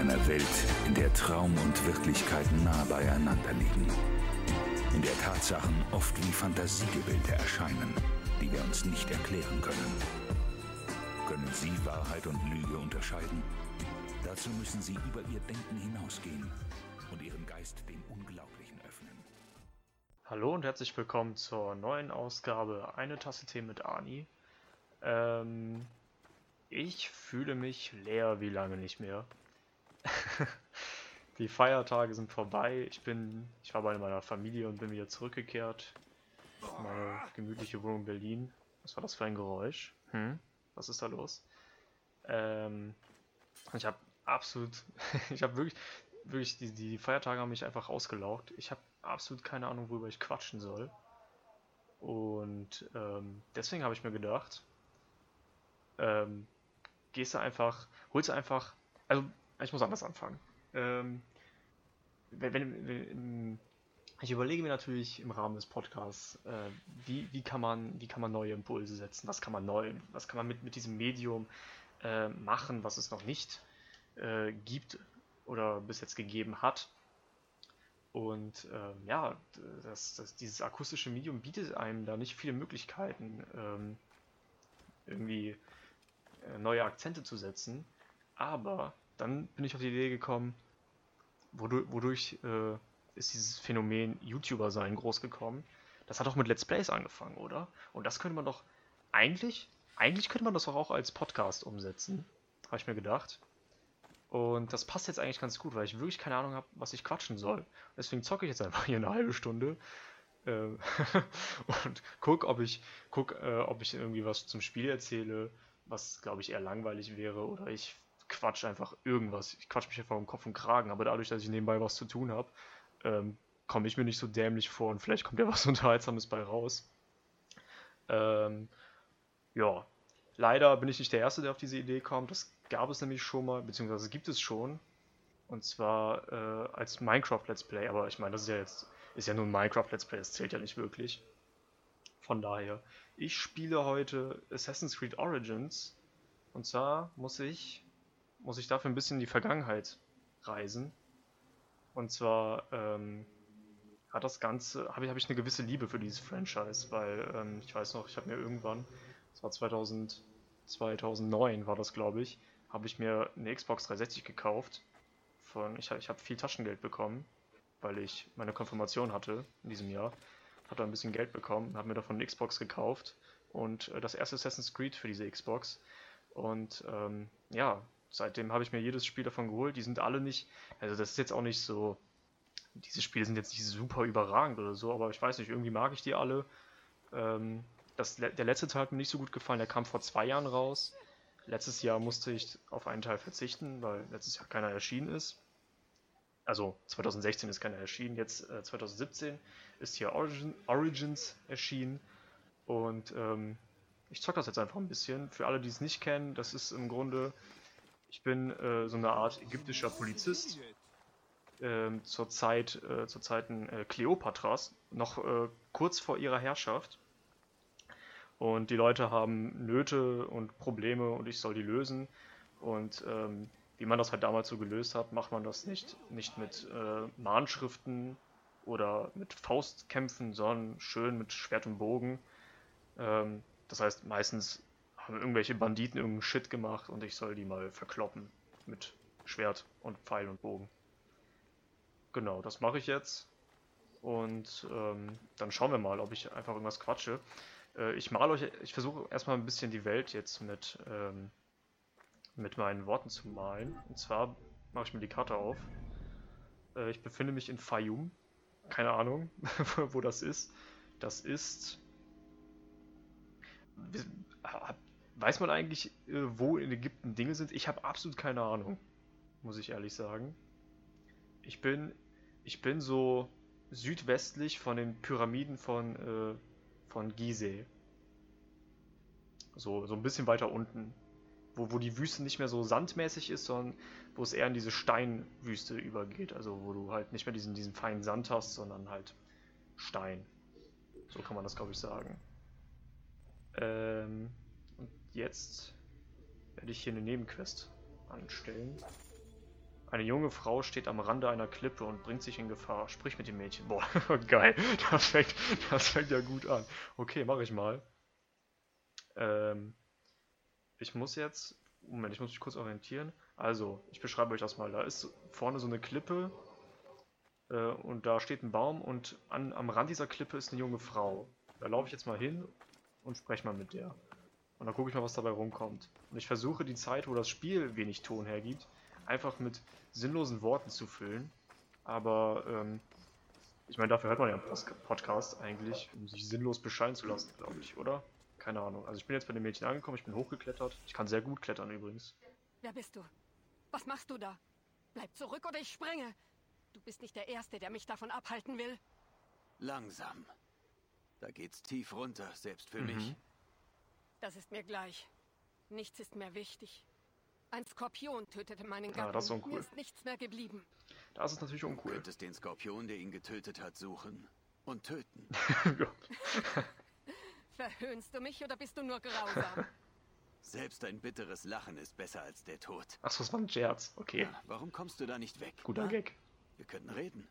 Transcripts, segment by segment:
einer Welt, in der Traum und Wirklichkeit nah beieinander liegen. In der Tatsachen oft wie Fantasiegebilde erscheinen, die wir uns nicht erklären können. Können Sie Wahrheit und Lüge unterscheiden? Dazu müssen Sie über Ihr Denken hinausgehen und Ihren Geist dem Unglaublichen öffnen. Hallo und herzlich willkommen zur neuen Ausgabe Eine Tasse Tee mit Ani. Ich fühle mich leer wie lange nicht mehr. Die Feiertage sind vorbei. Ich war bei meiner Familie und bin wieder zurückgekehrt in meine gemütliche Wohnung in Berlin. Was war das für ein Geräusch? Was ist da los? Ich habe absolut, ich habe wirklich die Feiertage haben mich einfach ausgelaugt. Ich habe absolut keine Ahnung, worüber ich quatschen soll. Und deswegen habe ich mir gedacht, also ich muss anders anfangen. Ich überlege mir natürlich im Rahmen des Podcasts, wie kann man neue Impulse setzen, was kann man mit diesem Medium machen, was es noch nicht gibt oder bis jetzt gegeben hat. Und dieses akustische Medium bietet einem da nicht viele Möglichkeiten, irgendwie neue Akzente zu setzen. Aber dann bin ich auf die Idee gekommen, wodurch ist dieses Phänomen YouTuber sein groß gekommen. Das hat doch mit Let's Plays angefangen, oder? Und das könnte man doch eigentlich könnte man das doch auch als Podcast umsetzen, habe ich mir gedacht. Und das passt jetzt eigentlich ganz gut, weil ich wirklich keine Ahnung habe, was ich quatschen soll. Deswegen zocke ich jetzt einfach hier eine halbe Stunde äh, und ob ich irgendwie was zum Spiel erzähle, was glaube ich eher langweilig wäre, oder ich quatsch einfach irgendwas. Ich quatsch mich einfach um Kopf und Kragen, aber dadurch, dass ich nebenbei was zu tun habe, komme ich mir nicht so dämlich vor und vielleicht kommt ja was Unterhaltsames bei raus. Ähm, ja, leider bin ich nicht der Erste, der auf diese Idee kommt. Das gab es nämlich schon mal, beziehungsweise gibt es schon. Und zwar als Minecraft Let's Play, aber ich meine, ist ja nur ein Minecraft Let's Play, das zählt ja nicht wirklich. Von daher, ich spiele heute Assassin's Creed Origins. Und zwar muss ich dafür ein bisschen in die Vergangenheit reisen. Und zwar habe ich eine gewisse Liebe für dieses Franchise, weil ich weiß noch, ich habe mir irgendwann, das war 2009 war das, glaube ich, habe ich mir eine Xbox 360 gekauft. Ich habe viel Taschengeld bekommen, weil ich meine Konfirmation hatte in diesem Jahr. Habe da ein bisschen Geld bekommen, habe mir davon eine Xbox gekauft und das erste Assassin's Creed für diese Xbox. Und seitdem habe ich mir jedes Spiel davon geholt. Die sind alle nicht, also das ist jetzt auch nicht so, diese Spiele sind jetzt nicht super überragend oder so, aber ich weiß nicht, irgendwie mag ich die alle. Der letzte Teil hat mir nicht so gut gefallen, der kam vor 2 Jahren raus. Letztes Jahr musste ich auf einen Teil verzichten, weil letztes Jahr keiner erschienen ist. Also 2016 ist keiner erschienen, jetzt 2017 ist hier Origins erschienen. Und ich zocke das jetzt einfach ein bisschen. Für alle, die es nicht kennen, das ist im Grunde, ich bin so eine Art ägyptischer Polizist zur Zeiten Kleopatras, noch kurz vor ihrer Herrschaft. Und die Leute haben Nöte und Probleme und ich soll die lösen. Und wie man das halt damals so gelöst hat, macht man das nicht mit Mahnschriften oder mit Faustkämpfen, sondern schön mit Schwert und Bogen. Das heißt, meistens haben irgendwelche Banditen irgendeinen Shit gemacht und ich soll die mal verkloppen mit Schwert und Pfeil und Bogen. Genau, das mache ich jetzt. Und dann schauen wir mal, ob ich einfach irgendwas quatsche. Ich versuche erstmal ein bisschen die Welt jetzt mit meinen Worten zu malen. Und zwar mache ich mir die Karte auf. Ich befinde mich in Fayum. Keine Ahnung, wo das ist. Das ist. Weiß man eigentlich, wo in Ägypten Dinge sind? Ich habe absolut keine Ahnung, muss ich ehrlich sagen. Ich bin, ich bin so südwestlich von den Pyramiden von Gizeh. So ein bisschen weiter unten. Wo die Wüste nicht mehr so sandmäßig ist, sondern wo es eher in diese Steinwüste übergeht. Also wo du halt nicht mehr diesen feinen Sand hast, sondern halt Stein. So kann man das, glaube ich, sagen. Und jetzt werde ich hier eine Nebenquest anstellen. Eine junge Frau steht am Rande einer Klippe und bringt sich in Gefahr. Sprich mit dem Mädchen. Boah, geil. Das fängt ja gut an. Okay, mache ich mal. Ich muss jetzt... Moment, ich muss mich kurz orientieren. Also, ich beschreibe euch das mal. Da ist vorne so eine Klippe und da steht ein Baum und am Rand dieser Klippe ist eine junge Frau. Da laufe ich jetzt mal hin und spreche mal mit der. Und dann gucke ich mal, was dabei rumkommt. Und ich versuche die Zeit, wo das Spiel wenig Ton hergibt, einfach mit sinnlosen Worten zu füllen. Aber, ich meine, dafür hört man ja einen Podcast eigentlich, um sich sinnlos beschallen zu lassen, glaube ich, oder? Keine Ahnung. Also ich bin jetzt bei dem Mädchen angekommen, ich bin hochgeklettert. Ich kann sehr gut klettern übrigens. Wer bist du? Was machst du da? Bleib zurück oder ich springe. Du bist nicht der Erste, der mich davon abhalten will. Langsam. Da geht's tief runter, selbst für mich. Das ist mir gleich. Nichts ist mehr wichtig. Ein Skorpion tötete meinen Gatten. Das ist uncool. Mir ist nichts mehr geblieben. Das ist natürlich Du uncool. könntest den Skorpion, der ihn getötet hat, suchen und töten. Verhöhnst du mich oder bist du nur grausam? Selbst ein bitteres Lachen ist besser als der Tod. Achso, das war ein Scherz. Okay, Warum kommst du da nicht weg? guter Ha? Gag. Wir könnten reden.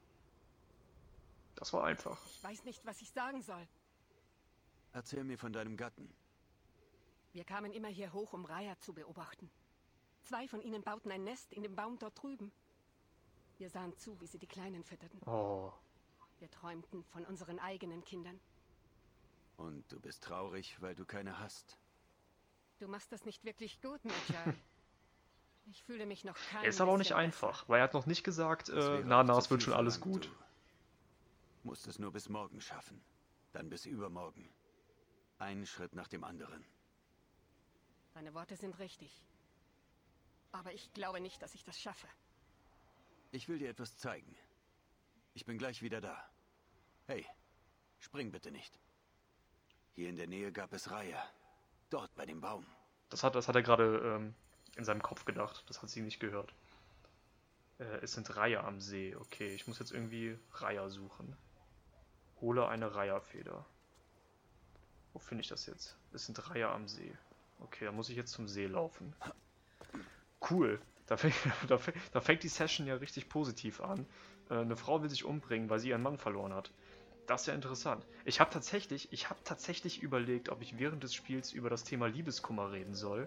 Das war einfach. Ich weiß nicht, was ich sagen soll. Erzähl mir von deinem Gatten. Wir kamen immer hier hoch, um Raya zu beobachten. 2 von ihnen bauten ein Nest in dem Baum dort drüben. Wir sahen zu, wie sie die Kleinen fütterten. Oh, Wir träumten von unseren eigenen Kindern. Und du bist traurig, weil du keine hast. Du machst das nicht wirklich gut, Mitchell. Ich fühle mich noch kein ist aber auch nicht bisschen einfach, weil er hat noch nicht gesagt, Das wäre na, auch es zu wird viel schon alles verlangt, gut. Du musst es nur bis morgen schaffen. Dann bis übermorgen. Einen Schritt nach dem anderen. Deine Worte sind richtig. Aber ich glaube nicht, dass ich das schaffe. Ich will dir etwas zeigen. Ich bin gleich wieder da. Hey, spring bitte nicht. Hier in der Nähe gab es Raya. Dort bei dem Baum. Das hat er gerade in seinem Kopf gedacht. Das hat sie nicht gehört. Es sind Reiher am See. Okay, ich muss jetzt irgendwie Reiher suchen. Hole eine Reiherfeder. Wo finde ich das jetzt? Es sind Reiher am See. Okay, dann muss ich jetzt zum See laufen. Cool. Da fängt die Session ja richtig positiv an. Eine Frau will sich umbringen, weil sie ihren Mann verloren hat. Das ist ja interessant. Ich habe tatsächlich überlegt, ob ich während des Spiels über das Thema Liebeskummer reden soll.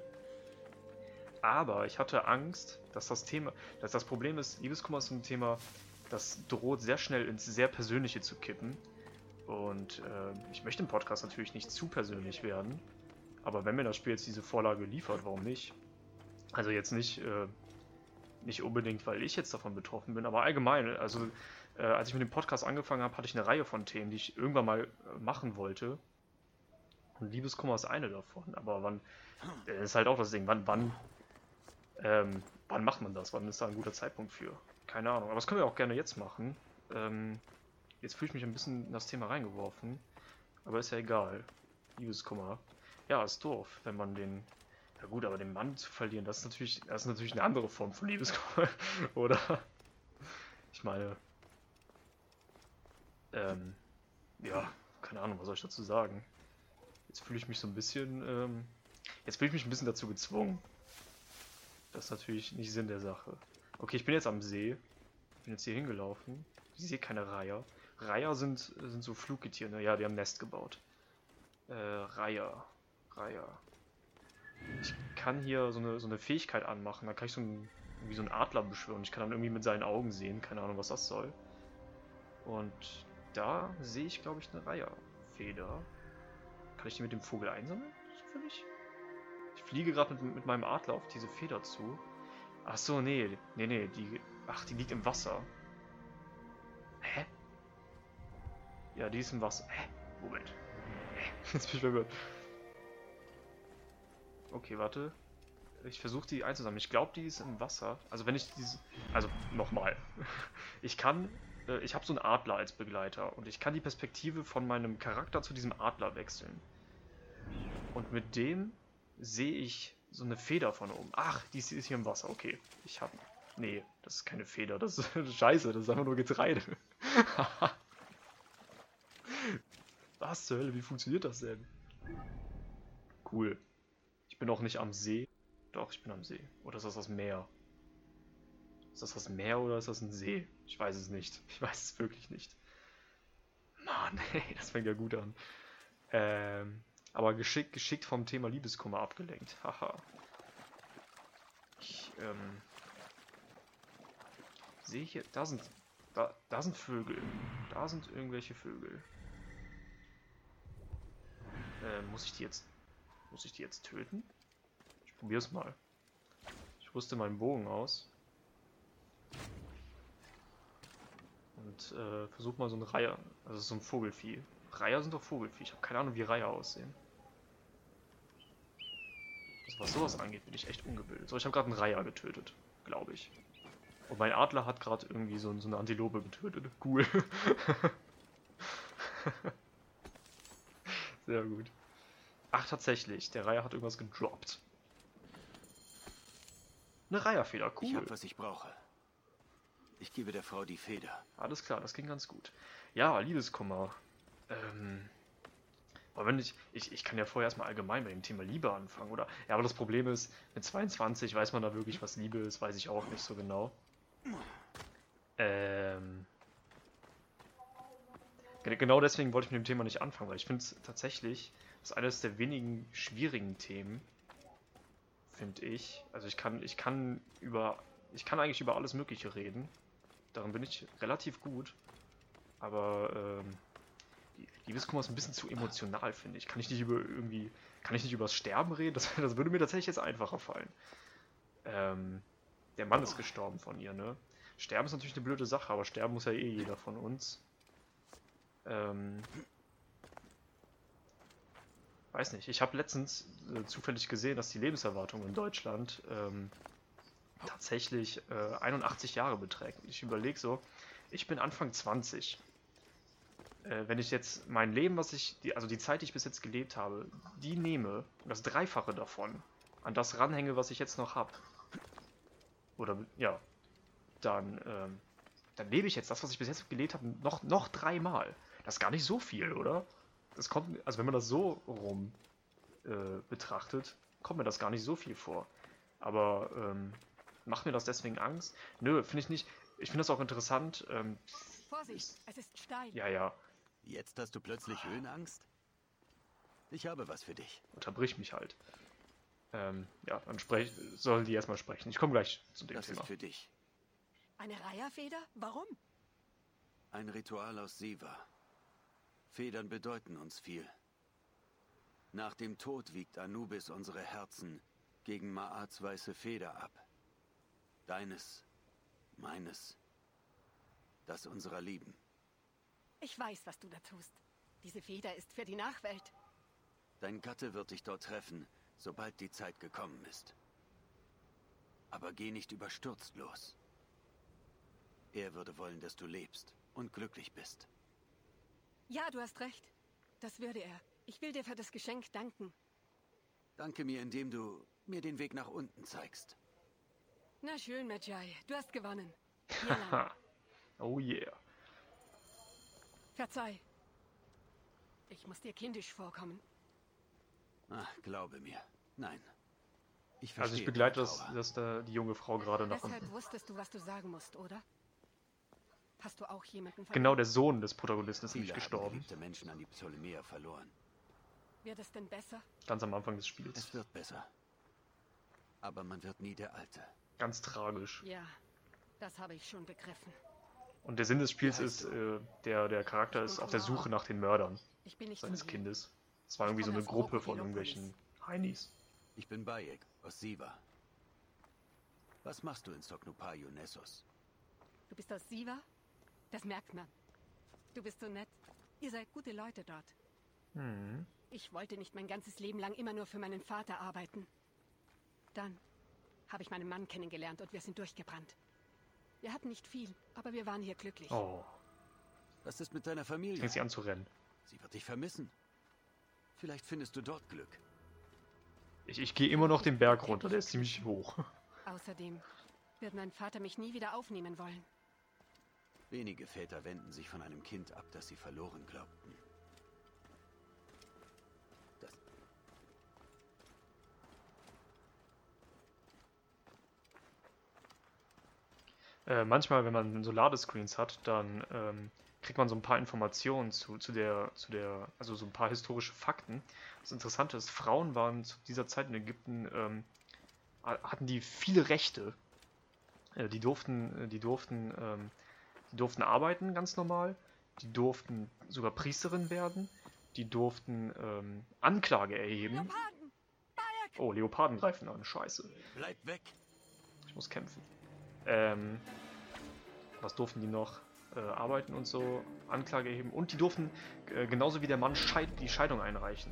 Aber ich hatte Angst, dass das Problem ist, Liebeskummer ist ein Thema, das droht sehr schnell ins sehr Persönliche zu kippen. Und ich möchte im Podcast natürlich nicht zu persönlich werden. Aber wenn mir das Spiel jetzt diese Vorlage liefert, warum nicht? Also jetzt nicht unbedingt, weil ich jetzt davon betroffen bin, aber allgemein. Also als ich mit dem Podcast angefangen habe, hatte ich eine Reihe von Themen, die ich irgendwann mal machen wollte. Und Liebeskummer ist eine davon. Aber wann ist halt auch das Ding, wann macht man das? Wann ist da ein guter Zeitpunkt für? Keine Ahnung. Aber das können wir auch gerne jetzt machen. Jetzt fühle ich mich ein bisschen in das Thema reingeworfen. Aber ist ja egal. Liebeskummer. Ja, ist doof, wenn man den... Ja gut, aber den Mann zu verlieren, das ist natürlich eine andere Form von Liebeskummer. Oder? Ich meine... ja, keine Ahnung, was soll ich dazu sagen? Jetzt fühle ich mich so ein bisschen... jetzt fühle ich mich ein bisschen dazu gezwungen. Das ist natürlich nicht Sinn der Sache. Okay, ich bin jetzt am See. Bin jetzt hier hingelaufen. Ich sehe keine Reiher. Reiher sind so Fluggetiere, ne? Ja, die haben ein Nest gebaut. Reiher. Ich kann hier so eine Fähigkeit anmachen. Da kann ich irgendwie so einen Adler beschwören. Ich kann dann irgendwie mit seinen Augen sehen. Keine Ahnung, was das soll. Und da sehe ich, glaube ich, eine Reiherfeder. Kann ich die mit dem Vogel einsammeln? Zufällig? Ich fliege gerade mit meinem Adler auf diese Feder zu. Ach so, nee, die liegt im Wasser. Hä? Ja, die ist im Wasser. Hä? Moment. Hä? Jetzt bin ich verwirrt. Okay, warte. Ich versuche die einzusammeln. Ich glaube, die ist im Wasser. Also wenn ich diese... Also, nochmal. Ich habe so einen Adler als Begleiter. Und ich kann die Perspektive von meinem Charakter zu diesem Adler wechseln. Und mit dem sehe ich so eine Feder von oben. Ach, die ist hier im Wasser. Okay. Nee, das ist keine Feder. Das ist Scheiße. Das ist einfach nur Getreide. Was zur Hölle? Wie funktioniert das denn? Cool. Ich bin auch nicht am See. Doch, ich bin am See. Oder ist das Meer? Ist das Meer oder ist das ein See? Ich weiß es nicht. Ich weiß es wirklich nicht. Mann, ey, das fängt ja gut an. Aber geschickt vom Thema Liebeskummer abgelenkt. Haha. Ich sehe hier, da sind Vögel. Da sind irgendwelche Vögel. Muss ich die jetzt töten? Ich probier's mal. Ich rüste meinen Bogen aus. Und versuche mal so ein Reiher, also so ein Vogelvieh. Reiher sind doch Vogelvieh. Ich habe keine Ahnung, wie Reiher aussehen. Also was sowas angeht, bin ich echt ungebildet. So, ich habe gerade einen Reiher getötet, glaube ich. Und mein Adler hat gerade irgendwie so eine Antilope getötet. Cool. Sehr gut. Ach, tatsächlich, der Reiher hat irgendwas gedroppt. Eine Reiherfeder, cool. Ich habe, was ich brauche. Ich gebe der Frau die Feder. Alles klar, das ging ganz gut. Ja, Liebeskummer. Aber wenn ich kann ja vorher erstmal allgemein bei dem Thema Liebe anfangen, oder? Ja, aber das Problem ist, mit 22 weiß man da wirklich, was Liebe ist, weiß ich auch nicht so genau. Genau deswegen wollte ich mit dem Thema nicht anfangen, weil ich finde es tatsächlich, das ist eines der wenigen schwierigen Themen, finde ich. Also ich kann eigentlich über alles Mögliche reden. Darin bin ich relativ gut. Aber Liebeskummer ist ein bisschen zu emotional, finde ich. Kann ich nicht über das Sterben reden? Das würde mir tatsächlich jetzt einfacher fallen. Der Mann ist gestorben von ihr, ne? Sterben ist natürlich eine blöde Sache, aber sterben muss ja eh jeder von uns. Weiß nicht. Ich habe letztens zufällig gesehen, dass die Lebenserwartung in Deutschland tatsächlich 81 Jahre beträgt. Ich überlege so, ich bin Anfang 20. Wenn ich jetzt mein Leben, also die Zeit, die ich bis jetzt gelebt habe, die nehme und das Dreifache davon an das ranhänge, was ich jetzt noch habe, oder ja, dann lebe ich jetzt das, was ich bis jetzt gelebt habe, noch 3-mal. Das ist gar nicht so viel, oder? Das kommt, also wenn man das so rum betrachtet, kommt mir das gar nicht so viel vor. Aber macht mir das deswegen Angst? Nö, finde ich nicht. Ich finde das auch interessant. Vorsicht, es ist steil. Ja. Jetzt hast du plötzlich Höhenangst? Ich habe was für dich. Unterbrich mich halt. Ja, dann sollen die erstmal sprechen. Ich komme gleich zu dem Das Thema. ist für dich. Eine Reiherfeder? Warum? Ein Ritual aus Siva. Federn bedeuten uns viel. Nach dem Tod wiegt Anubis unsere Herzen gegen Ma'ats weiße Feder ab. Deines, meines, das unserer Lieben. Ich weiß, was du da tust. Diese Feder ist für die Nachwelt. Dein Gatte wird dich dort treffen, sobald die Zeit gekommen ist. Aber geh nicht überstürzt los. Er würde wollen, dass du lebst und glücklich bist. Ja, du hast recht. Das würde er. Ich will dir für das Geschenk danken. Danke mir, indem du mir den Weg nach unten zeigst. Na schön, Medjay. Du hast gewonnen. Hier lang. Oh yeah. Verzeih. Ich muss dir kindisch vorkommen. Ach, glaube mir. Nein. Ich Also verstehe ich begleite deine Trauer. dass da die junge Frau gerade nach Deshalb unten. wusstest du, was du sagen musst, oder? Hast du auch jemanden verloren? Genau, der Sohn des Protagonisten ist nämlich Viele haben gestorben. geliebte Menschen an die Ptolemäer verloren. Wird es denn besser? Ganz am Anfang des Spiels. Es wird besser. Aber man wird nie der Alte. Ganz tragisch. Ja, das habe ich schon begriffen. Und der Sinn des Spiels ist, der Charakter ist auf der Suche nach den Mördern Ich bin nicht seines von hier. Kindes. Es war irgendwie so eine Ich komme aus Gruppe von Krokodilopoulos. irgendwelchen Heinis. Ich bin Bayek aus Siva. Was machst du in Soknopaio, Nessos? Du bist aus Siva? Das merkt man. Du bist so nett. Ihr seid gute Leute dort. Ich wollte nicht mein ganzes Leben lang immer nur für meinen Vater arbeiten. Dann habe ich meinen Mann kennengelernt und wir sind durchgebrannt. Wir hatten nicht viel, aber wir waren hier glücklich. Oh, Was ist mit deiner Familie? fängt sie an zu rennen. Sie wird dich vermissen. Vielleicht findest du dort Glück. Ich gehe immer noch den Berg runter, der ist ziemlich hoch. Außerdem wird mein Vater mich nie wieder aufnehmen wollen. Wenige Väter wenden sich von einem Kind ab, das sie verloren glaubten. Manchmal, wenn man so Ladescreens hat, dann kriegt man so ein paar Informationen also so ein paar historische Fakten. Das Interessante ist, Frauen waren zu dieser Zeit in Ägypten, hatten die viele Rechte. Die durften arbeiten, ganz normal. Die durften sogar Priesterin werden. Die durften Anklage erheben. Leoparden! Bayek! Oh, Leoparden greifen an. Scheiße. Bleib weg! Ich muss kämpfen. Was durften die noch? Arbeiten und so, Anklage erheben. Und die durften genauso wie der Mann die Scheidung einreichen.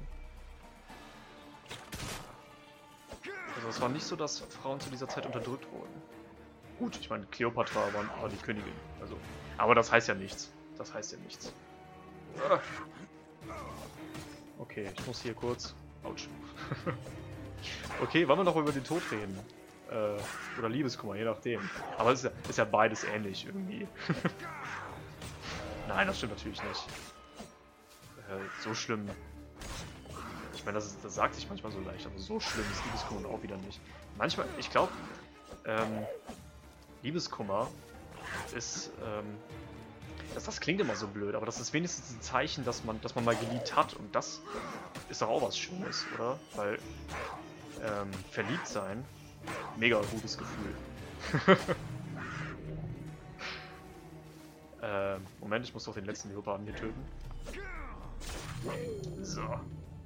Also es war nicht so, dass Frauen zu dieser Zeit unterdrückt wurden. Gut, ich meine, Kleopatra war die Königin. Also, aber das heißt ja nichts. Das heißt ja nichts. Okay, ich muss hier kurz... Autsch. Okay, wollen wir noch über den Tod reden? Oder Liebeskummer, je nachdem. Aber es ist ja beides ähnlich irgendwie. Nein, das stimmt natürlich nicht. So schlimm. Ich meine, das sagt sich manchmal so leicht, aber so schlimm ist Liebeskummer auch wieder nicht. Manchmal, ich glaube, Liebeskummer ist, das klingt immer so blöd, aber das ist wenigstens ein Zeichen, dass man mal geliebt hat, und das ist doch auch was Schönes, oder? Weil, verliebt sein, mega gutes Gefühl. Moment, ich muss doch den letzten Leoparden hier töten. So.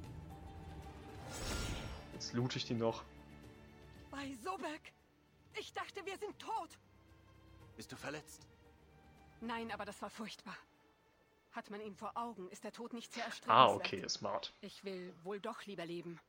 Jetzt loote ich die noch. Bei Sobek! Ich dachte, wir sind tot! Bist du verletzt? Nein, aber das war furchtbar. Hat man ihn vor Augen, ist der Tod nicht sehr erstrebenswert. Ah, okay, smart. Ich will wohl doch lieber leben.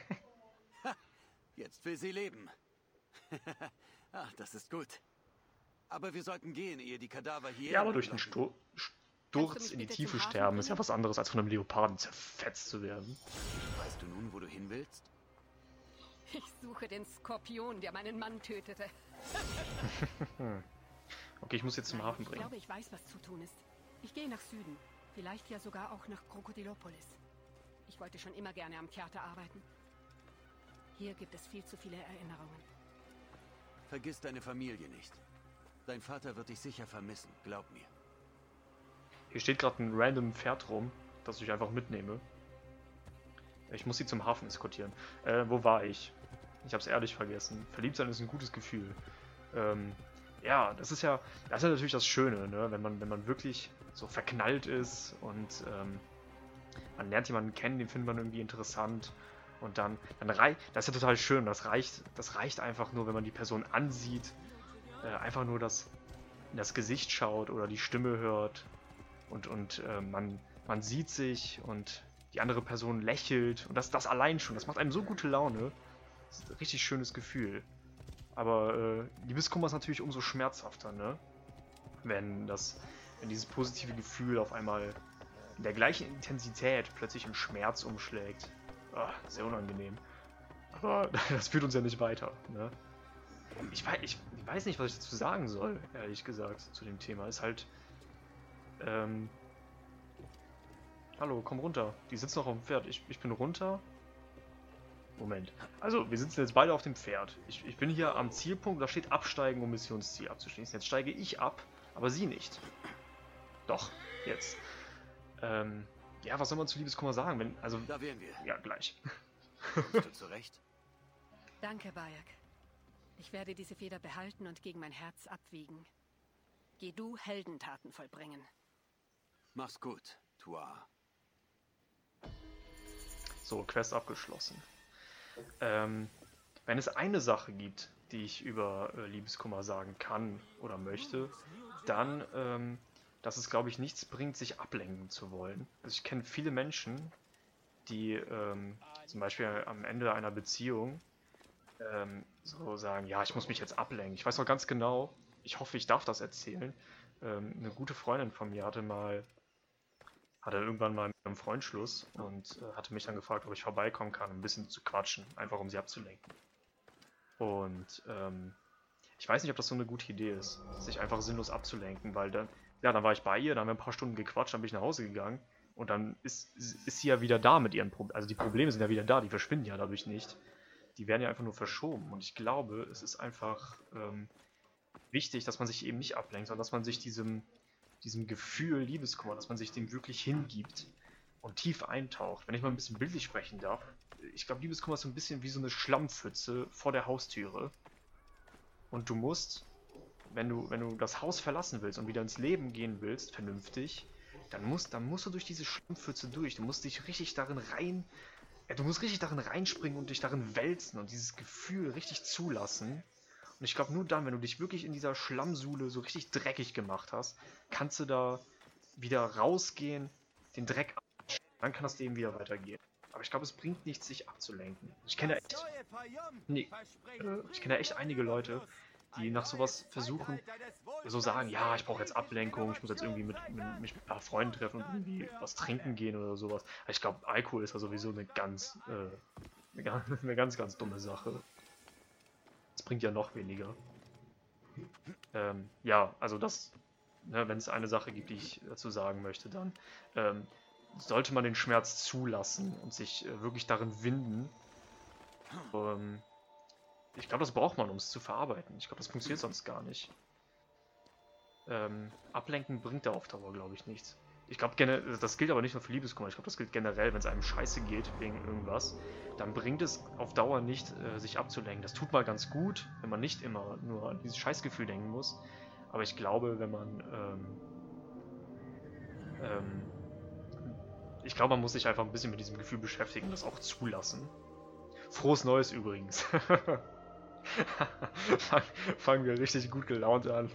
Jetzt will sie leben. Ach, das ist gut. Aber wir sollten gehen, ehe die Kadaver hier... Ja, aber durch einen Sturz in die Tiefe sterben ist ja was anderes, als von einem Leoparden zerfetzt zu werden. Weißt du nun, wo du hin willst? Ich suche den Skorpion, der meinen Mann tötete. Okay, ich muss jetzt zum Hafen Ich bringen. glaube, ich weiß, was zu tun ist. Ich gehe nach Süden. Vielleicht ja sogar auch nach Krokodilopolis. Ich wollte schon immer gerne am Theater arbeiten. Hier gibt es viel zu viele Erinnerungen. Vergiss deine Familie nicht. Dein Vater wird dich sicher vermissen, glaub mir. Hier steht gerade ein random Pferd rum, das ich einfach mitnehme. Ich muss sie zum Hafen eskortieren. Wo war ich? Ich habe es ehrlich vergessen. Verliebt sein ist ein gutes Gefühl. Ja, das ist ja natürlich das Schöne, ne? Wenn man wirklich so verknallt ist und man lernt jemanden kennen, den findet man irgendwie interessant. Und dann reicht, das ist ja total schön, das reicht einfach nur, wenn man die Person ansieht, einfach nur in das Gesicht schaut oder die Stimme hört und man sieht sich und die andere Person lächelt und das allein schon, das macht einem so gute Laune. Das ist ein richtig schönes Gefühl. Aber Liebeskummer ist natürlich umso schmerzhafter, ne? Wenn dieses positive Gefühl auf einmal in der gleichen Intensität plötzlich in Schmerz umschlägt. Ah, sehr unangenehm. Aber das führt uns ja nicht weiter, ne? Ich weiß nicht, was ich dazu sagen soll, ehrlich gesagt, zu dem Thema. Ist halt, hallo, komm runter. Die sitzen noch auf dem Pferd. Ich bin runter. Moment. Also, wir sitzen jetzt beide auf dem Pferd. Ich bin hier am Zielpunkt, da steht Absteigen, um Missionsziel abzuschließen. Jetzt steige ich ab, aber sie nicht. Doch, jetzt. Ja, was soll man zu Liebeskummer sagen? Da wären wir. Ja, gleich. Kommst du zurecht? Danke, Bayek. Ich werde diese Feder behalten und gegen mein Herz abwiegen. Geh du Heldentaten vollbringen. Mach's gut, Tua. So, Quest abgeschlossen. Wenn es eine Sache gibt, die ich über Liebeskummer sagen kann oder möchte, dann, dass es, glaube ich, nichts bringt, sich ablenken zu wollen. Also ich kenne viele Menschen, die zum Beispiel am Ende einer Beziehung so sagen, ja, ich muss mich jetzt ablenken. Ich weiß noch ganz genau, ich hoffe, ich darf das erzählen. Eine gute Freundin von mir hatte irgendwann mal mit einem Freund Schluss und hatte mich dann gefragt, ob ich vorbeikommen kann, um ein bisschen zu quatschen, einfach um sie abzulenken. Und ich weiß nicht, ob das so eine gute Idee ist, sich einfach sinnlos abzulenken, weil dann war ich bei ihr, dann haben wir ein paar Stunden gequatscht, dann bin ich nach Hause gegangen und dann ist sie ja wieder da mit ihren Problemen. Also die Probleme sind ja wieder da, die verschwinden ja dadurch nicht. Die werden ja einfach nur verschoben und ich glaube, es ist einfach wichtig, dass man sich eben nicht ablenkt, sondern dass man sich diesem Gefühl Liebeskummer, dass man sich dem wirklich hingibt und tief eintaucht. Wenn ich mal ein bisschen bildlich sprechen darf, ich glaube, Liebeskummer ist so ein bisschen wie so eine Schlammpfütze vor der Haustüre. Und du musst, wenn du das Haus verlassen willst und wieder ins Leben gehen willst, vernünftig, dann musst du durch diese Schlammpfütze durch. Du musst dich richtig darin reinspringen und dich darin wälzen und dieses Gefühl richtig zulassen. Und ich glaube, nur dann, wenn du dich wirklich in dieser Schlammsuhle so richtig dreckig gemacht hast, kannst du da wieder rausgehen, den Dreck abwaschen, dann kann das Leben wieder weitergehen. Aber ich glaube, es bringt nichts, sich abzulenken. Ich kenne da echt einige Leute, die nach sowas versuchen, so sagen, ja, ich brauche jetzt Ablenkung, ich muss jetzt irgendwie mich mit ein paar Freunden treffen und irgendwie was trinken gehen oder sowas. Aber ich glaube, Alkohol ist ja sowieso eine ganz dumme Sache. Das bringt ja noch weniger. Ja, also das, ne, wenn es eine Sache gibt, die ich dazu sagen möchte, dann sollte man den Schmerz zulassen und sich wirklich darin winden. Ich glaube, das braucht man, um es zu verarbeiten. Ich glaube, das funktioniert sonst gar nicht. Ablenken bringt da auf Dauer, glaube ich, nichts. Ich glaube, das gilt aber nicht nur für Liebeskummer. Ich glaube, das gilt generell, wenn es einem scheiße geht wegen irgendwas, dann bringt es auf Dauer nicht, sich abzulenken. Das tut mal ganz gut, wenn man nicht immer nur an dieses Scheißgefühl denken muss. Aber ich glaube, wenn man ich glaube, man muss sich einfach ein bisschen mit diesem Gefühl beschäftigen und das auch zulassen. Frohes Neues übrigens. Fangen wir richtig gut gelaunt an.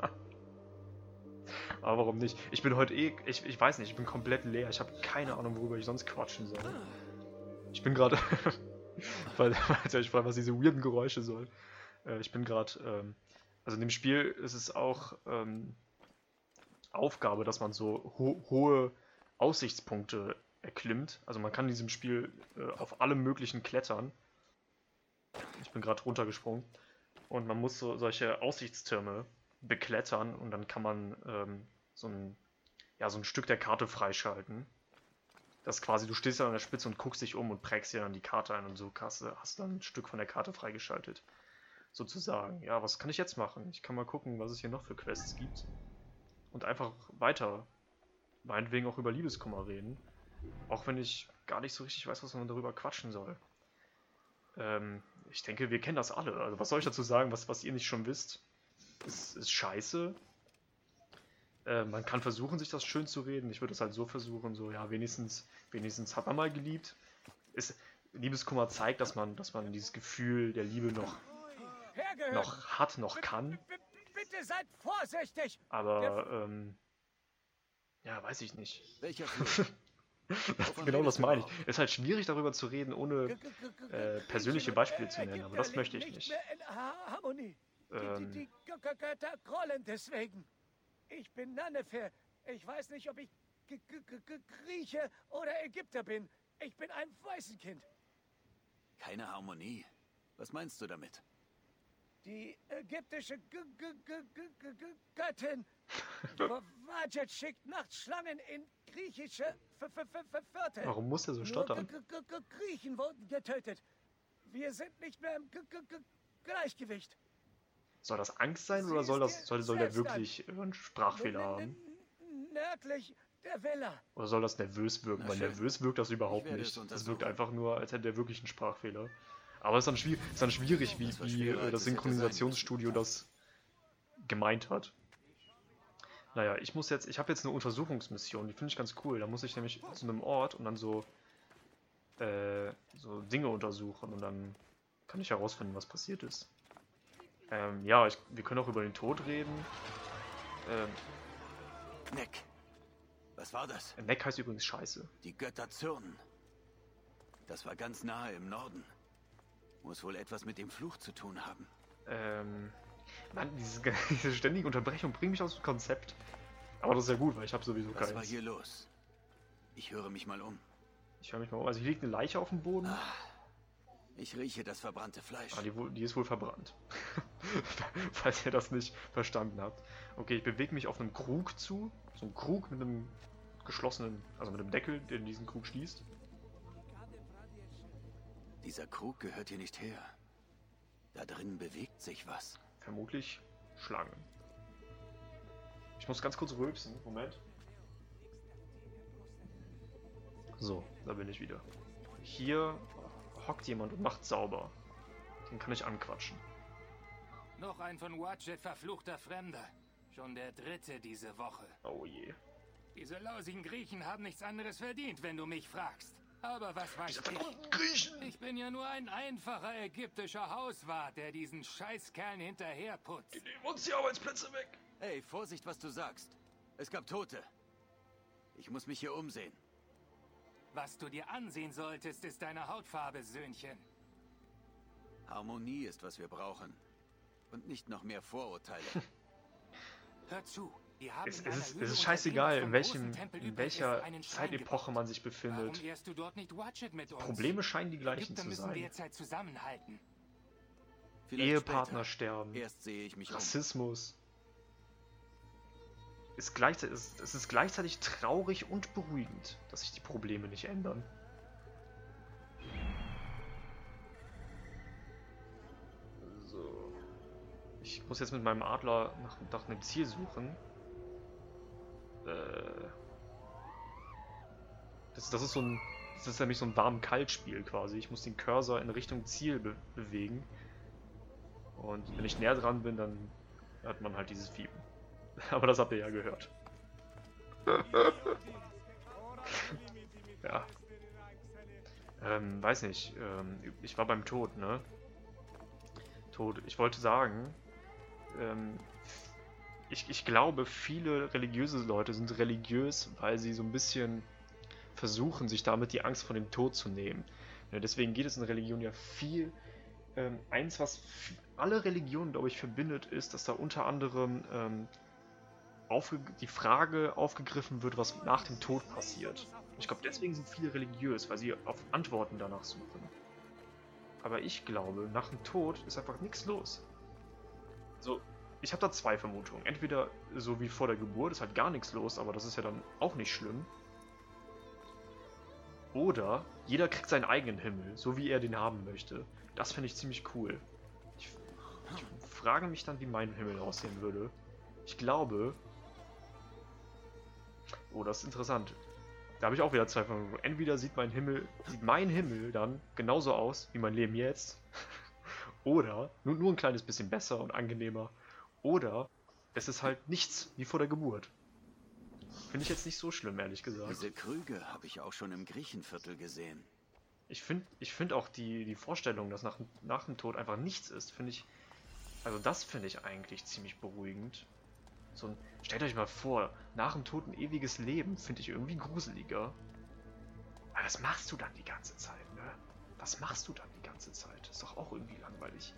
Aber warum nicht? Ich bin heute ich weiß nicht, ich bin komplett leer. Ich habe keine Ahnung, worüber ich sonst quatschen soll. Ich bin gerade... weil ich frage, was diese weirden Geräusche sollen. Ich bin gerade... also in dem Spiel ist es auch Aufgabe, dass man so hohe Aussichtspunkte erklimmt. Also man kann in diesem Spiel auf alle möglichen klettern. Ich bin gerade runtergesprungen. Und man muss solche Aussichtstürme beklettern und dann kann man so ein Stück der Karte freischalten. Das quasi, du stehst dann an der Spitze und guckst dich um und prägst dir dann die Karte ein und so hast du dann ein Stück von der Karte freigeschaltet. Sozusagen. Ja, was kann ich jetzt machen? Ich kann mal gucken, was es hier noch für Quests gibt. Und einfach weiter, meinetwegen auch über Liebeskummer reden. Auch wenn ich gar nicht so richtig weiß, was man darüber quatschen soll. Ich denke, wir kennen das alle. Also was soll ich dazu sagen, was ihr nicht schon wisst? Ist scheiße. Man kann versuchen, sich das schön zu reden. Ich würde es halt so versuchen, so, ja, wenigstens hat man mal geliebt. Liebeskummer zeigt, dass man dieses Gefühl der Liebe noch hat, noch kann. Bitte seid vorsichtig! Aber, ja, weiß ich nicht. Welcher Genau das meine ich. Es ist halt schwierig, darüber zu reden, ohne persönliche Beispiele zu nennen, aber das möchte ich nicht. Die Götter grollen deswegen. Ich bin Nanefer. Ich weiß nicht, ob ich Grieche oder Ägypter bin. Ich bin ein Waisenkind. Keine Harmonie. Was meinst du damit? Die ägyptische Göttin Wajet schickt Nachtschlangen in griechische Viertel. Warum muss er so stottern? Griechen wurden getötet. Wir sind nicht mehr im Gleichgewicht. Soll das Angst sein oder soll der wirklich einen Sprachfehler haben? Nördlich der Villa. Oder soll das nervös wirken? Weil nervös wirkt das überhaupt nicht. Das wirkt einfach nur, als hätte er wirklich einen Sprachfehler. Aber es ist dann schwierig, wie das Synchronisationsstudio das gemeint hat. Naja, ich habe jetzt eine Untersuchungsmission, die finde ich ganz cool. Da muss ich nämlich zu einem Ort und dann so Dinge untersuchen und dann kann ich herausfinden, was passiert ist. Ja, wir können auch über den Tod reden. Neck. Was war das? Neck heißt übrigens Scheiße. Die Götter zürnen. Das war ganz nahe im Norden. Muss wohl etwas mit dem Fluch zu tun haben. Mann, diese ständige Unterbrechung bringt mich aus dem Konzept. Aber das ist ja gut, weil ich habe sowieso keins. Was war hier los? Ich höre mich mal um. Ich höre mich mal um. Also hier liegt eine Leiche auf dem Boden. Ich rieche das verbrannte Fleisch. Die ist wohl verbrannt. Falls ihr das nicht verstanden habt. Okay, ich bewege mich auf einem Krug zu. So ein Krug mit einem geschlossenen, also mit einem Deckel, der diesen Krug schließt. Dieser Krug gehört hier nicht her. Da drin bewegt sich was. Vermutlich Schlangen. Ich muss ganz kurz rülpsen. Moment. So, da bin ich wieder. Hier hockt jemand und macht sauber. Den kann ich anquatschen. Noch ein von Wadjet verfluchter Fremder. Schon der dritte diese Woche. Oh je. Diese lausigen Griechen haben nichts anderes verdient, wenn du mich fragst. Aber was weiß ich? Griechen! Ich bin ja nur ein einfacher ägyptischer Hauswart, der diesen Scheißkerlen hinterherputzt. Die nehmen uns die Arbeitsplätze weg. Hey, Vorsicht, was du sagst. Es gab Tote. Ich muss mich hier umsehen. Was du dir ansehen solltest, ist deine Hautfarbe, Söhnchen. Harmonie ist, was wir brauchen. Und nicht noch mehr Vorurteile. Hör zu. Wir haben Es ist scheißegal, in welcher Zeitepoche man sich befindet. Warum ehrst du dort nicht Wadjet mit uns? Probleme scheinen die gleichen Ägypter zu müssen sein. derzeit zusammenhalten. Vielleicht Ehepartner später. sterben, Erst sehe ich mich um. Rassismus. Es ist gleichzeitig traurig und beruhigend, dass sich die Probleme nicht ändern. So. Ich muss jetzt mit meinem Adler nach einem Ziel suchen. Das ist nämlich so ein Warm-Kalt-Spiel quasi. Ich muss den Cursor in Richtung Ziel bewegen. Und wenn ich näher dran bin, dann hat man halt dieses Fiepen. Aber das habt ihr ja gehört. Ja. Weiß nicht. Ich war beim Tod, ne? Tod. Ich wollte sagen, ich glaube, viele religiöse Leute sind religiös, weil sie so ein bisschen versuchen, sich damit die Angst vor dem Tod zu nehmen. Ja, deswegen geht es in Religion ja viel. Eins, was alle Religionen, glaube ich, verbindet, ist, dass da unter anderem die Frage aufgegriffen wird, was nach dem Tod passiert. Ich glaube, deswegen sind viele religiös, weil sie auf Antworten danach suchen. Aber ich glaube, nach dem Tod ist einfach nichts los. Also, ich habe da zwei Vermutungen. Entweder so wie vor der Geburt ist halt gar nichts los, aber das ist ja dann auch nicht schlimm. Oder jeder kriegt seinen eigenen Himmel, so wie er den haben möchte. Das finde ich ziemlich cool. Ich frage mich dann, wie mein Himmel aussehen würde. Ich glaube... Oh, das ist interessant. Da habe ich auch wieder zwei Vermutungen. Entweder sieht mein Himmel dann genauso aus wie mein Leben jetzt. Oder nur ein kleines bisschen besser und angenehmer. Oder es ist halt nichts wie vor der Geburt. Finde ich jetzt nicht so schlimm, ehrlich gesagt. Diese Krüge habe ich auch schon im Griechenviertel gesehen. Ich find auch die Vorstellung, dass nach dem Tod einfach nichts ist, das finde ich eigentlich ziemlich beruhigend. Stellt euch mal vor, nach dem Tod ein ewiges Leben, finde ich irgendwie gruseliger. Aber das machst du dann die ganze Zeit, ne? Was machst du dann die ganze Zeit? Ist doch auch irgendwie langweilig.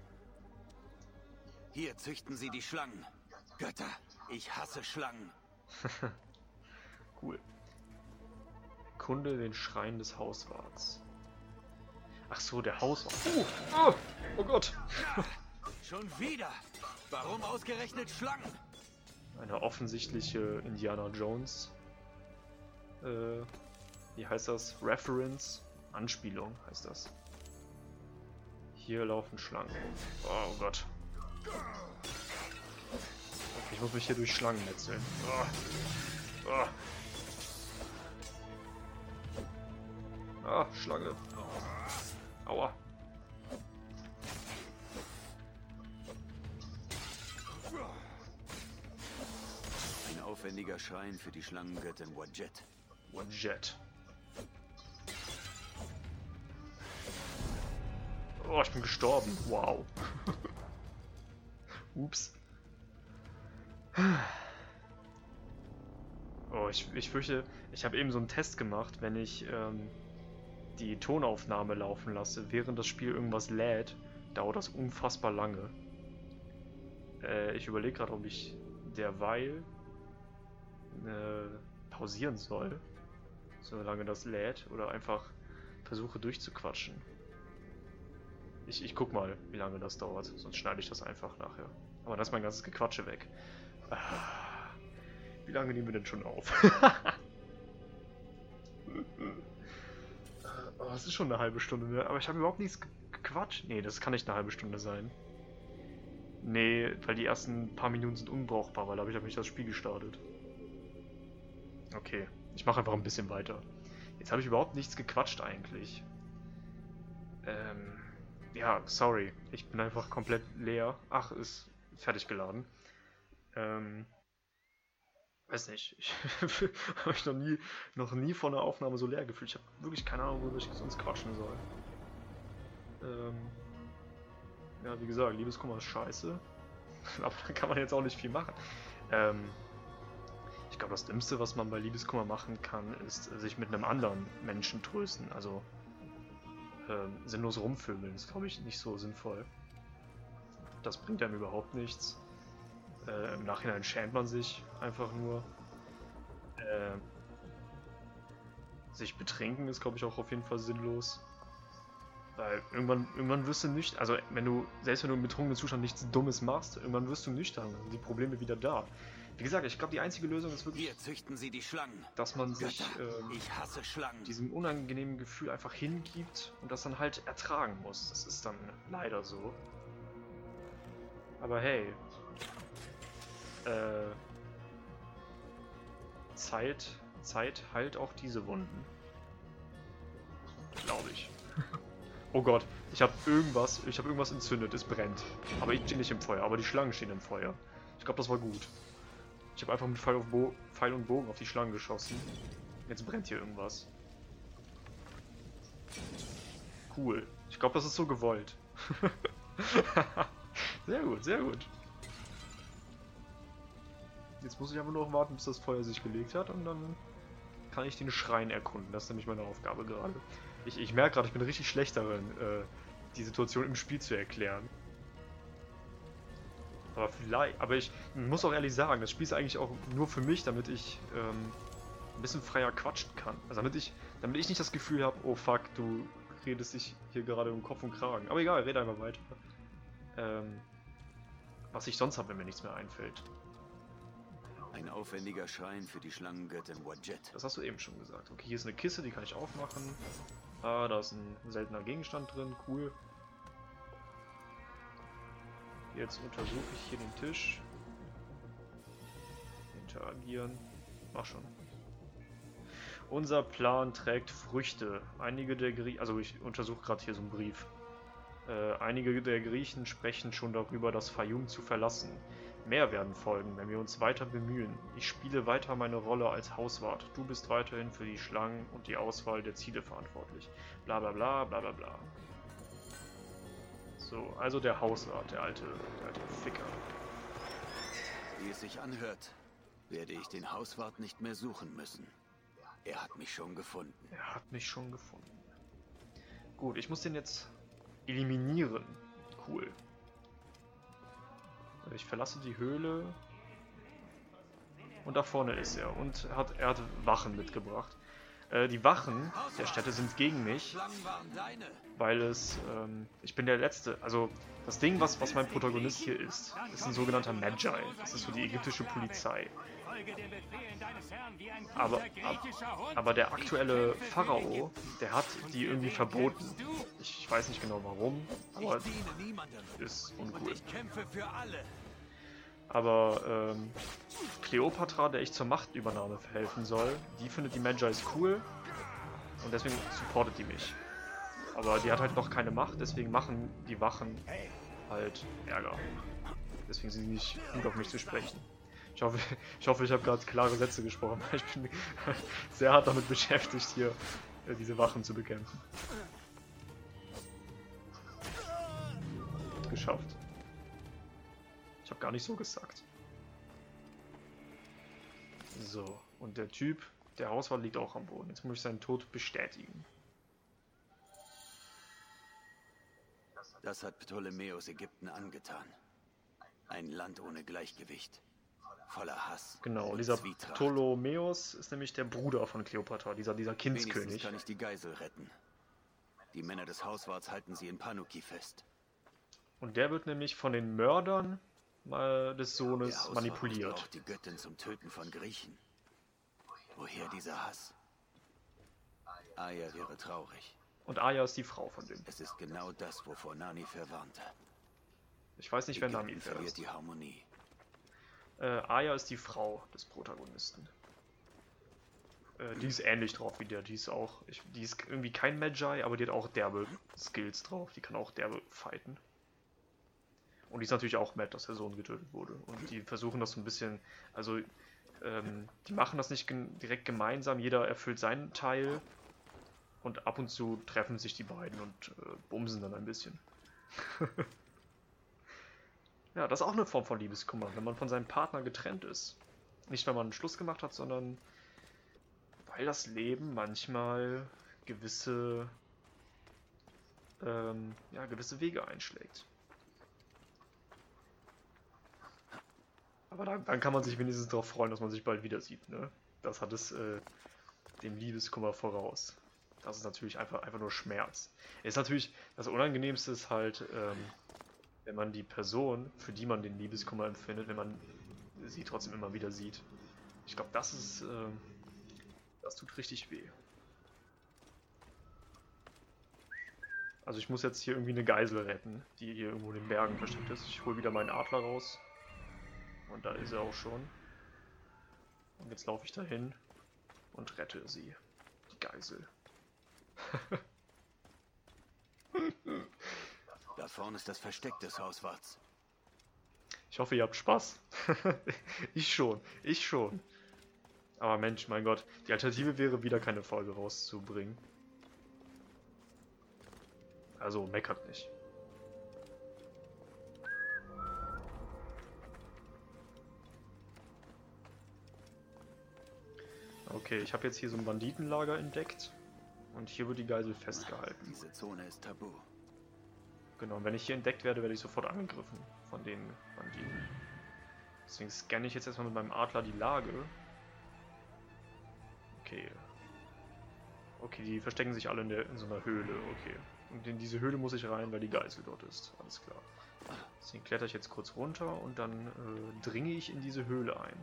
Hier züchten sie die Schlangen. Götter, ich hasse Schlangen. Cool. Kunde den Schrein des Hauswarts. Ach so, der Hauswart. Oh Gott. Schon wieder? Warum ausgerechnet Schlangen? Eine offensichtliche Indiana Jones. Wie heißt das? Reference? Anspielung heißt das. Hier laufen Schlangen. Oh Gott. Ich muss mich hier durch Schlangen metzeln. Schlange. Aua. Ein aufwendiger Schrein für die Schlangengöttin Wadjet. Wadjet. Oh, ich bin gestorben. Wow. Ups. Oh, ich fürchte, ich habe eben so einen Test gemacht, wenn ich die Tonaufnahme laufen lasse, während das Spiel irgendwas lädt, dauert das unfassbar lange. Ich überlege gerade, ob ich derweil pausieren soll, solange das lädt, oder einfach versuche durchzuquatschen. Ich guck mal, wie lange das dauert, sonst schneide ich das einfach nachher. Aber dann ist mein ganzes Gequatsche weg. Wie lange nehmen wir denn schon auf? Oh, es ist schon eine halbe Stunde, ne? Aber ich habe überhaupt nichts gequatscht. Nee, das kann nicht eine halbe Stunde sein. Nee, weil die ersten paar Minuten sind unbrauchbar, weil da habe ich nicht das Spiel gestartet. Okay, ich mache einfach ein bisschen weiter. Jetzt habe ich überhaupt nichts gequatscht eigentlich. Ja, sorry. Ich bin einfach komplett leer. Ach, ist fertig geladen. Weiß nicht. Ich habe mich noch nie vor einer Aufnahme so leer gefühlt. Ich habe wirklich keine Ahnung, worüber ich sonst quatschen soll. Ja, wie gesagt, Liebeskummer ist scheiße. Aber da kann man jetzt auch nicht viel machen. Ich glaube, das Dümmste, was man bei Liebeskummer machen kann, ist sich mit einem anderen Menschen trösten. Also sinnlos rumvögeln ist, glaube ich, nicht so sinnvoll. Das bringt einem überhaupt nichts. Im Nachhinein schämt man sich einfach nur. Sich betrinken ist, glaube ich, auch auf jeden Fall sinnlos. Weil irgendwann wirst du nüchtern. Also selbst wenn du im betrunkenen Zustand nichts Dummes machst, irgendwann wirst du nüchtern. Dann sind die Probleme wieder da. Wie gesagt, ich glaube, die einzige Lösung ist wirklich, Hier züchten sie die Schlangen. dass man sich Ich hasse Schlangen. diesem unangenehmen Gefühl einfach hingibt und das dann halt ertragen muss. Das ist dann leider so. Aber hey, Zeit heilt auch diese Wunden. Glaube ich. Oh Gott, ich habe irgendwas entzündet, es brennt. Aber ich stehe nicht im Feuer, aber die Schlangen stehen im Feuer. Ich glaube, das war gut. Ich habe einfach mit Pfeil und Bogen auf die Schlangen geschossen. Jetzt brennt hier irgendwas. Cool. Ich glaube, das ist so gewollt. Sehr gut, sehr gut. Jetzt muss ich einfach nur noch warten, bis das Feuer sich gelegt hat und dann kann ich den Schrein erkunden. Das ist nämlich meine Aufgabe gerade. Ich merke gerade, ich bin richtig schlecht darin, die Situation im Spiel zu erklären. Aber ich muss auch ehrlich sagen, das Spiel ist eigentlich auch nur für mich, damit ich ein bisschen freier quatschen kann. Also damit ich nicht das Gefühl habe, oh fuck, du redest dich hier gerade um Kopf und Kragen. Aber egal, rede einfach weiter. Was ich sonst habe, wenn mir nichts mehr einfällt. Ein aufwendiger Schrein für die Schlangengöttin Wadjet. Das hast du eben schon gesagt. Okay, hier ist eine Kiste, die kann ich aufmachen. Ah, da ist ein seltener Gegenstand drin, cool. Jetzt untersuche ich hier den Tisch. Interagieren. Mach schon. Unser Plan trägt Früchte. Einige der Griechen, also ich untersuche gerade hier so einen Brief. Einige der Griechen sprechen schon darüber, das Fayum zu verlassen. Mehr werden folgen, wenn wir uns weiter bemühen. Ich spiele weiter meine Rolle als Hauswart. Du bist weiterhin für die Schlangen und die Auswahl der Ziele verantwortlich. Bla bla bla bla bla bla. So, also der Hauswart, der alte Ficker. Wie es sich anhört, werde ich den Hauswart nicht mehr suchen müssen. Er hat mich schon gefunden. Er hat mich schon gefunden. Gut, ich muss den jetzt eliminieren. Cool. Ich verlasse die Höhle. Und da vorne ist er. Und er hat Wachen mitgebracht. Die Wachen der Städte sind gegen mich. Weil ich bin der Letzte. Also das Ding, was mein Protagonist hier ist ein sogenannter Magi. Das ist so die ägyptische Polizei. Aber der aktuelle Pharao, der hat die irgendwie verboten. Ich weiß nicht genau warum, aber ist uncool. Aber Kleopatra, der ich zur Machtübernahme verhelfen soll, die findet die Magis cool und deswegen supportet die mich. Aber die hat halt noch keine Macht, deswegen machen die Wachen halt Ärger. Deswegen sind sie nicht gut auf mich zu sprechen. Ich hoffe, ich habe gerade klare Sätze gesprochen, weil ich bin sehr hart damit beschäftigt, hier diese Wachen zu bekämpfen. Geschafft. Ich habe gar nicht so gesagt. So, und der Typ, der Hauswart, liegt auch am Boden. Jetzt muss ich seinen Tod bestätigen. Das hat Ptolemäus Ägypten angetan. Ein Land ohne Gleichgewicht. Voller Hass. Genau, dieser Ptolemäus ist nämlich der Bruder von Kleopatra, dieser Kindskönig. Wenigstens kann ich die Geisel retten. Die Männer des Hauswarts halten sie in Panuki fest. Und der wird nämlich von den Mördern des Sohnes manipuliert. Auch die Göttin zum Töten von Griechen. Woher dieser Hass? Aya wäre traurig. Und Aya ist die Frau von dem. Es ist genau das, wovor Nani verwarnte. Ich weiß nicht, wer Nami verliert ist. die Harmonie. Aya ist die Frau des Protagonisten. Die ist ähnlich drauf wie der. Die ist auch, die ist irgendwie kein Magi, aber die hat auch derbe Skills drauf. Die kann auch derbe fighten. Und die ist natürlich auch mad, dass der Sohn getötet wurde. Und die versuchen das so ein bisschen, also die machen das nicht direkt gemeinsam. Jeder erfüllt seinen Teil. Und ab und zu treffen sich die beiden und bumsen dann ein bisschen. Ja, das ist auch eine Form von Liebeskummer, wenn man von seinem Partner getrennt ist. Nicht, weil man einen Schluss gemacht hat, sondern weil das Leben manchmal gewisse, gewisse Wege einschlägt. Aber dann kann man sich wenigstens darauf freuen, dass man sich bald wieder sieht, ne? Das hat es dem Liebeskummer voraus. Das ist natürlich einfach nur Schmerz. Ist natürlich, das Unangenehmste ist halt, wenn man die Person, für die man den Liebeskummer empfindet, wenn man sie trotzdem immer wieder sieht. Ich glaube, das ist, das tut richtig weh. Also ich muss jetzt hier irgendwie eine Geisel retten, die hier irgendwo in den Bergen versteckt ist. Ich hole wieder meinen Adler raus. Und da ist er auch schon. Und jetzt laufe ich dahin und rette sie. Die Geisel. Da vorne ist das Versteck des Hauswarts. Ich hoffe, ihr habt Spaß. Ich schon. Aber Mensch, mein Gott. Die Alternative wäre, wieder keine Folge rauszubringen. Also, meckert nicht. Okay, ich habe jetzt hier so ein Banditenlager entdeckt. Und hier wird die Geisel festgehalten. Diese Zone ist tabu. Genau, und wenn ich hier entdeckt werde, werde ich sofort angegriffen von den Banditen. Deswegen scanne ich jetzt erstmal mit meinem Adler die Lage. Okay. Okay, die verstecken sich alle in so einer Höhle, okay. Und in diese Höhle muss ich rein, weil die Geisel dort ist. Alles klar. Deswegen kletter ich jetzt kurz runter und dann dringe ich in diese Höhle ein.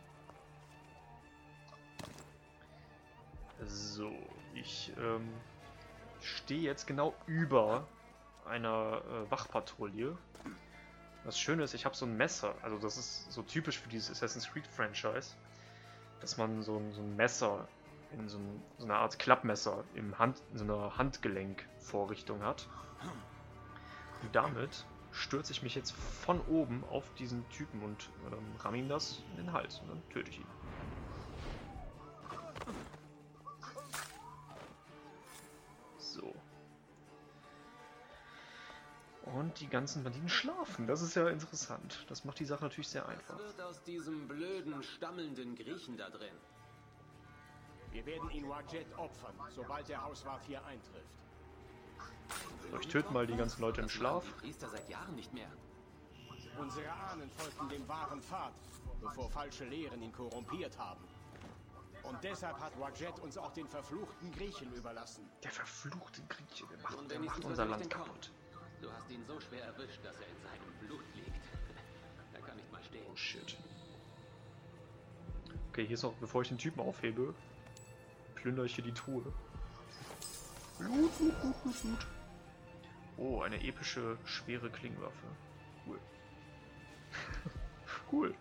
So, ich stehe jetzt genau über einer Wachpatrouille. Das Schöne ist, ich habe so ein Messer, also das ist so typisch für dieses Assassin's Creed Franchise, dass man so ein Messer in so einer Art Klappmesser in so einer Handgelenkvorrichtung hat. Und damit stürze ich mich jetzt von oben auf diesen Typen und ramme ihm das in den Hals und dann töte ich ihn. So. Und die ganzen Banditen schlafen. Das ist ja interessant. Das macht die Sache natürlich sehr einfach. Was wird aus diesem blöden, stammelnden Griechen da drin? Wir werden ihn Wadjet opfern, sobald der Hauswart hier eintrifft. So, ich töte mal die ganzen Leute im Schlaf. Die Priester seit Jahren nicht mehr. Unsere Ahnen folgten dem wahren Pfad, bevor falsche Lehren ihn korrumpiert haben. Und deshalb hat Wadjet uns auch den verfluchten Griechen überlassen. Der verfluchte Grieche, Und der wenn macht ich unser durch Land den Kopf. kaputt. Du hast ihn so schwer erwischt, dass er in seinem Blut liegt. Er kann nicht mal stehen. Oh shit. Okay, hier ist noch, bevor ich den Typen aufhebe, plündere ich hier die Truhe. Blut. Oh, eine epische, schwere Klingenwaffe. Cool. Cool.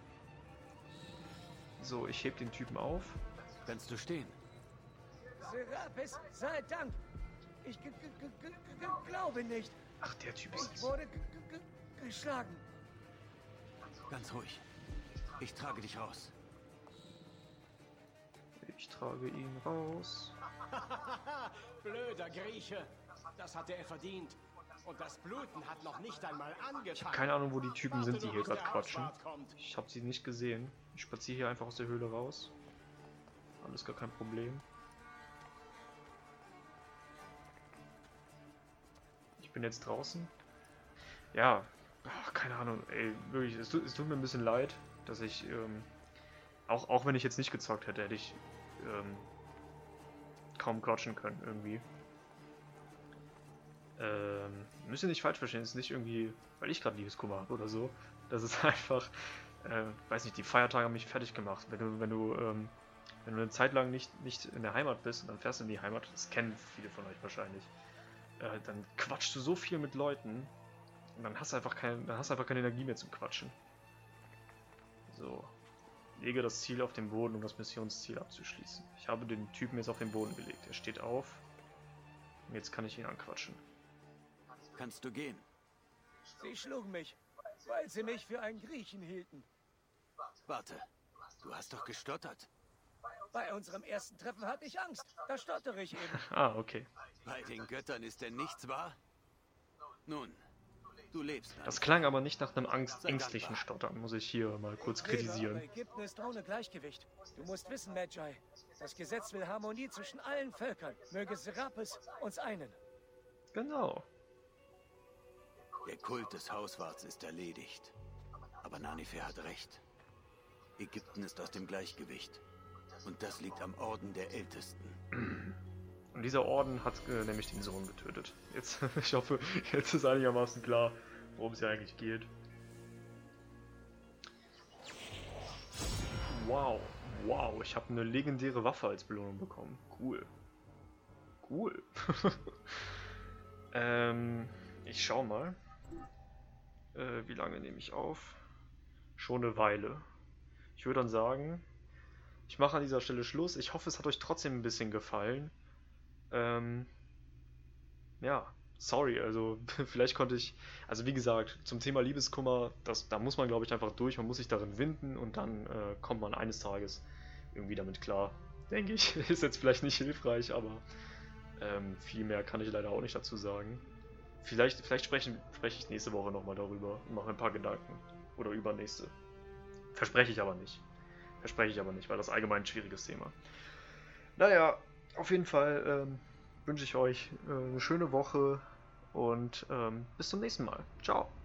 So, ich heb den Typen auf. Kannst du stehen? Serapis, sei Dank! Ich glaube nicht. Ach, der Typ ist Ich es. wurde geschlagen. Ganz ruhig. Ich trage dich raus. Ich trage ihn raus. Blöder Grieche. Das hatte er verdient. Und das Bluten hat noch nicht einmal angefangen. Ich habe keine Ahnung, wo die Typen sind, die hier gerade quatschen. Kommt. Ich habe sie nicht gesehen. Ich spaziere hier einfach aus der Höhle raus. Alles gar kein Problem. Ich bin jetzt draußen. Ja, ach, keine Ahnung, ey, wirklich, es tut mir ein bisschen leid, dass ich, auch wenn ich jetzt nicht gezockt hätte, hätte ich kaum quatschen können, irgendwie. Müsst ihr nicht falsch verstehen, es ist nicht irgendwie, weil ich gerade Liebeskummer habe oder so. Das ist einfach, weiß nicht, die Feiertage haben mich fertig gemacht. Wenn du eine Zeit lang nicht in der Heimat bist und dann fährst du in die Heimat, das kennen viele von euch wahrscheinlich, dann quatschst du so viel mit Leuten Und dann hast du einfach keine Energie mehr zum Quatschen. So. Lege das Ziel auf den Boden, um das Missionsziel abzuschließen. Ich habe den Typen jetzt auf den Boden gelegt. Er steht auf. Und jetzt kann ich ihn anquatschen. Kannst du gehen? Sie schlugen mich, weil sie mich für einen Griechen hielten. Warte, du hast doch gestottert. Bei unserem ersten Treffen hatte ich Angst. Da stottere ich eben. Ah, okay. Bei den Göttern ist denn nichts wahr? Nun, du lebst. Das klang aber nicht nach einem ängstlichen Stottern, muss ich hier mal kurz kritisieren. Aber Ägypten ist ohne Gleichgewicht. Du musst wissen, Magi, das Gesetz will Harmonie zwischen allen Völkern. Möge Serapis uns einen. Genau. Der Kult des Hauswarts ist erledigt. Aber Nanifer hat recht. Ägypten ist aus dem Gleichgewicht. Und das liegt am Orden der Ältesten. Und dieser Orden hat nämlich den Sohn getötet. Jetzt, ich hoffe, jetzt ist einigermaßen klar, worum es hier eigentlich geht. Wow, wow, ich habe eine legendäre Waffe als Belohnung bekommen. Cool. Cool. Ich schau mal. Wie lange nehme ich auf? Schon eine Weile. Ich würde dann sagen, ich mache an dieser Stelle Schluss. Ich hoffe, es hat euch trotzdem ein bisschen gefallen. Ja, sorry, also vielleicht konnte ich, also wie gesagt, zum Thema Liebeskummer, da muss man glaube ich einfach durch, man muss sich darin winden und dann kommt man eines Tages irgendwie damit klar, denke ich. Ist jetzt vielleicht nicht hilfreich, aber viel mehr kann ich leider auch nicht dazu sagen. Vielleicht spreche ich nächste Woche nochmal darüber und mache ein paar Gedanken. Oder übernächste. Verspreche ich aber nicht, weil das allgemein ein schwieriges Thema. Naja, auf jeden Fall wünsche ich euch eine schöne Woche und bis zum nächsten Mal. Ciao.